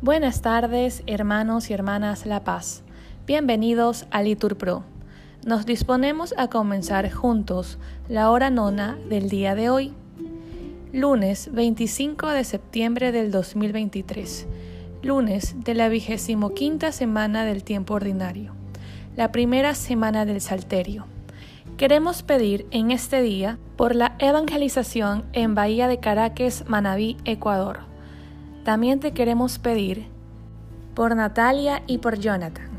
Buenas tardes, hermanos y hermanas La Paz. Bienvenidos a LiturPro. Nos disponemos a comenzar juntos la hora nona del día de hoy, lunes 25 de septiembre del 2023, lunes de la 25ª semana del tiempo ordinario, la primera semana del Salterio. Queremos pedir en este día por la evangelización en Bahía de Caracas, Manabí, Ecuador. También te queremos pedir por Natalia y por Jonathan.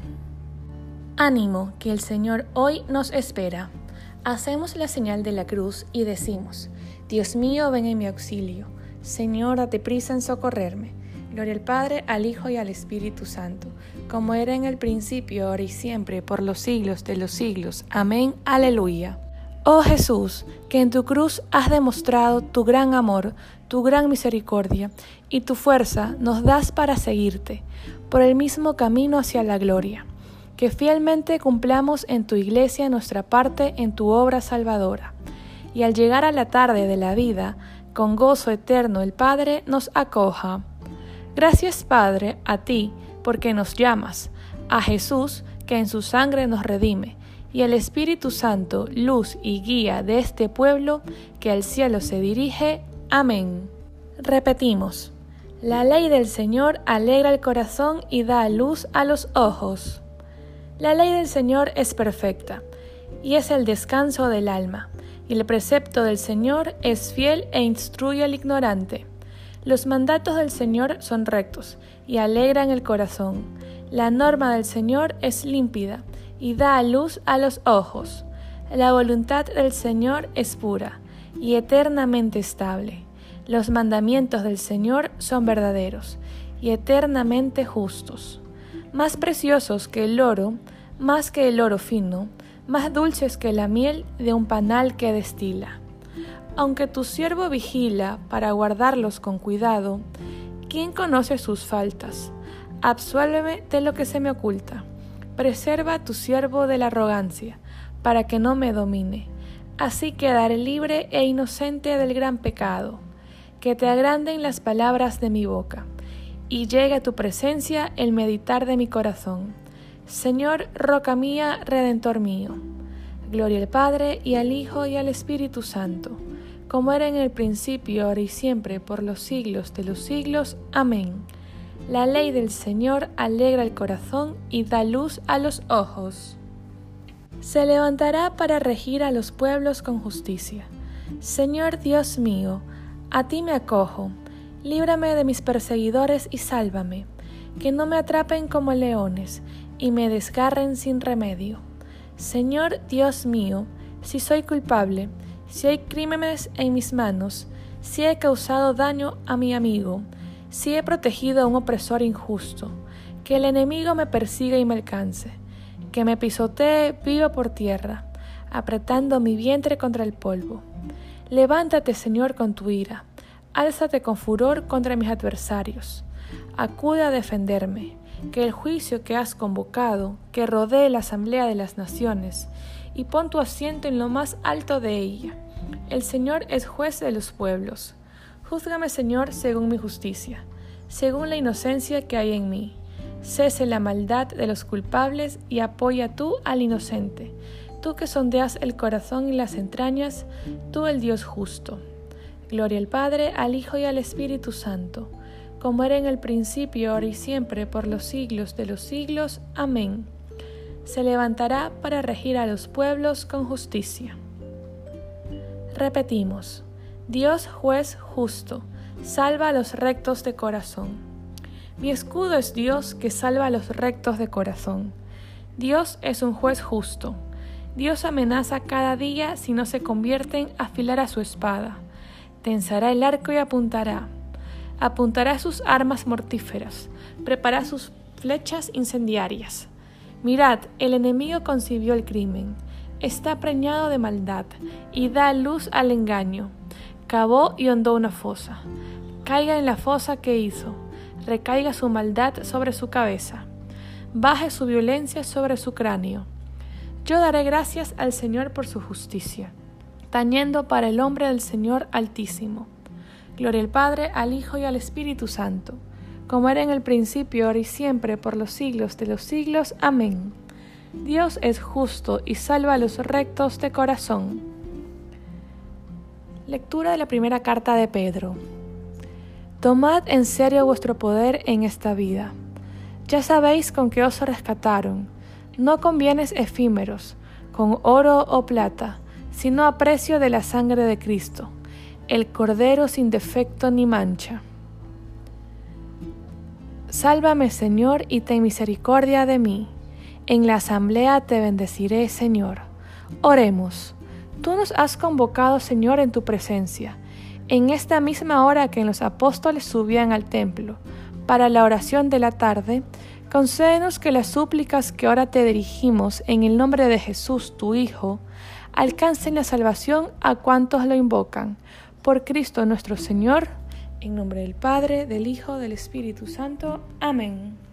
Ánimo, que el Señor hoy nos espera. Hacemos la señal de la cruz y decimos: Dios mío, ven en mi auxilio. Señor, date prisa en socorrerme. Gloria al Padre, al Hijo y al Espíritu Santo, como era en el principio, ahora y siempre, por los siglos de los siglos. Amén. Aleluya. Oh Jesús, que en tu cruz has demostrado tu gran amor, tu gran misericordia y tu fuerza nos das para seguirte por el mismo camino hacia la gloria. Que fielmente cumplamos en tu iglesia nuestra parte en tu obra salvadora. Y al llegar a la tarde de la vida, con gozo eterno el Padre nos acoja. Gracias, Padre, a ti, porque nos llamas, a Jesús, que en su sangre nos redime, y al Espíritu Santo, luz y guía de este pueblo, que al cielo se dirige. Amén. Repetimos: la ley del Señor alegra el corazón y da luz a los ojos. La ley del Señor es perfecta, y es el descanso del alma, y el precepto del Señor es fiel e instruye al ignorante. Los mandatos del Señor son rectos, y alegran el corazón. La norma del Señor es límpida, y da luz a los ojos. La voluntad del Señor es pura, y eternamente estable. Los mandamientos del Señor son verdaderos, y eternamente justos. Más preciosos que el oro, más que el oro fino, más dulces que la miel de un panal que destila. Aunque tu siervo vigila para guardarlos con cuidado, ¿quién conoce sus faltas? Absuélveme de lo que se me oculta. Preserva a tu siervo de la arrogancia, para que no me domine. Así quedaré libre e inocente del gran pecado. Que te agranden las palabras de mi boca, y llegue a tu presencia el meditar de mi corazón. Señor, roca mía, Redentor mío. Gloria al Padre, y al Hijo, y al Espíritu Santo, como era en el principio, ahora y siempre, por los siglos de los siglos. Amén. La ley del Señor alegra el corazón y da luz a los ojos. Se levantará para regir a los pueblos con justicia. Señor Dios mío, a ti me acojo. Líbrame de mis perseguidores y sálvame, que no me atrapen como leones y me desgarren sin remedio. Señor Dios mío, si soy culpable, si hay crímenes en mis manos, si he causado daño a mi amigo, si he protegido a un opresor injusto, que el enemigo me persiga y me alcance, que me pisotee vivo por tierra, apretando mi vientre contra el polvo. Levántate, Señor, con tu ira, álzate con furor contra mis adversarios. Acude a defenderme, que el juicio que has convocado, que rodee la asamblea de las naciones, y pon tu asiento en lo más alto de ella. El Señor es juez de los pueblos. Júzgame, Señor, según mi justicia, según la inocencia que hay en mí. Cese la maldad de los culpables y apoya tú al inocente. Tú que sondeas el corazón y las entrañas, tú el Dios justo. Gloria al Padre, al Hijo y al Espíritu Santo, como era en el principio, ahora y siempre, por los siglos de los siglos. Amén. Se levantará para regir a los pueblos con justicia. Repetimos: Dios juez justo, salva a los rectos de corazón. Mi escudo es Dios, que salva a los rectos de corazón. Dios es un juez justo. Dios amenaza cada día si no se convierten, afilará su espada. Tensará el arco y apuntará. Apuntará sus armas mortíferas, preparará sus flechas incendiarias. Mirad, el enemigo concibió el crimen, está preñado de maldad y da luz al engaño. Cavó y hondó una fosa. Caiga en la fosa que hizo, recaiga su maldad sobre su cabeza, baje su violencia sobre su cráneo. Yo daré gracias al Señor por su justicia, tañendo para el hombre del Señor Altísimo. Gloria al Padre, al Hijo y al Espíritu Santo, como era en el principio, ahora y siempre, por los siglos de los siglos. Amén. Dios es justo y salva a los rectos de corazón. Lectura de la primera carta de Pedro. Tomad en serio vuestro poder en esta vida. Ya sabéis con qué os rescataron, no con bienes efímeros, con oro o plata, sino a precio de la sangre de Cristo, el Cordero sin defecto ni mancha. Sálvame, Señor, y ten misericordia de mí. En la asamblea te bendeciré, Señor. Oremos. Tú nos has convocado, Señor, en tu presencia, en esta misma hora que los apóstoles subían al templo, para la oración de la tarde. Concédenos que las súplicas que ahora te dirigimos en el nombre de Jesús, tu Hijo, alcancen la salvación a cuantos lo invocan. Por Cristo nuestro Señor, en nombre del Padre, del Hijo, del Espíritu Santo. Amén.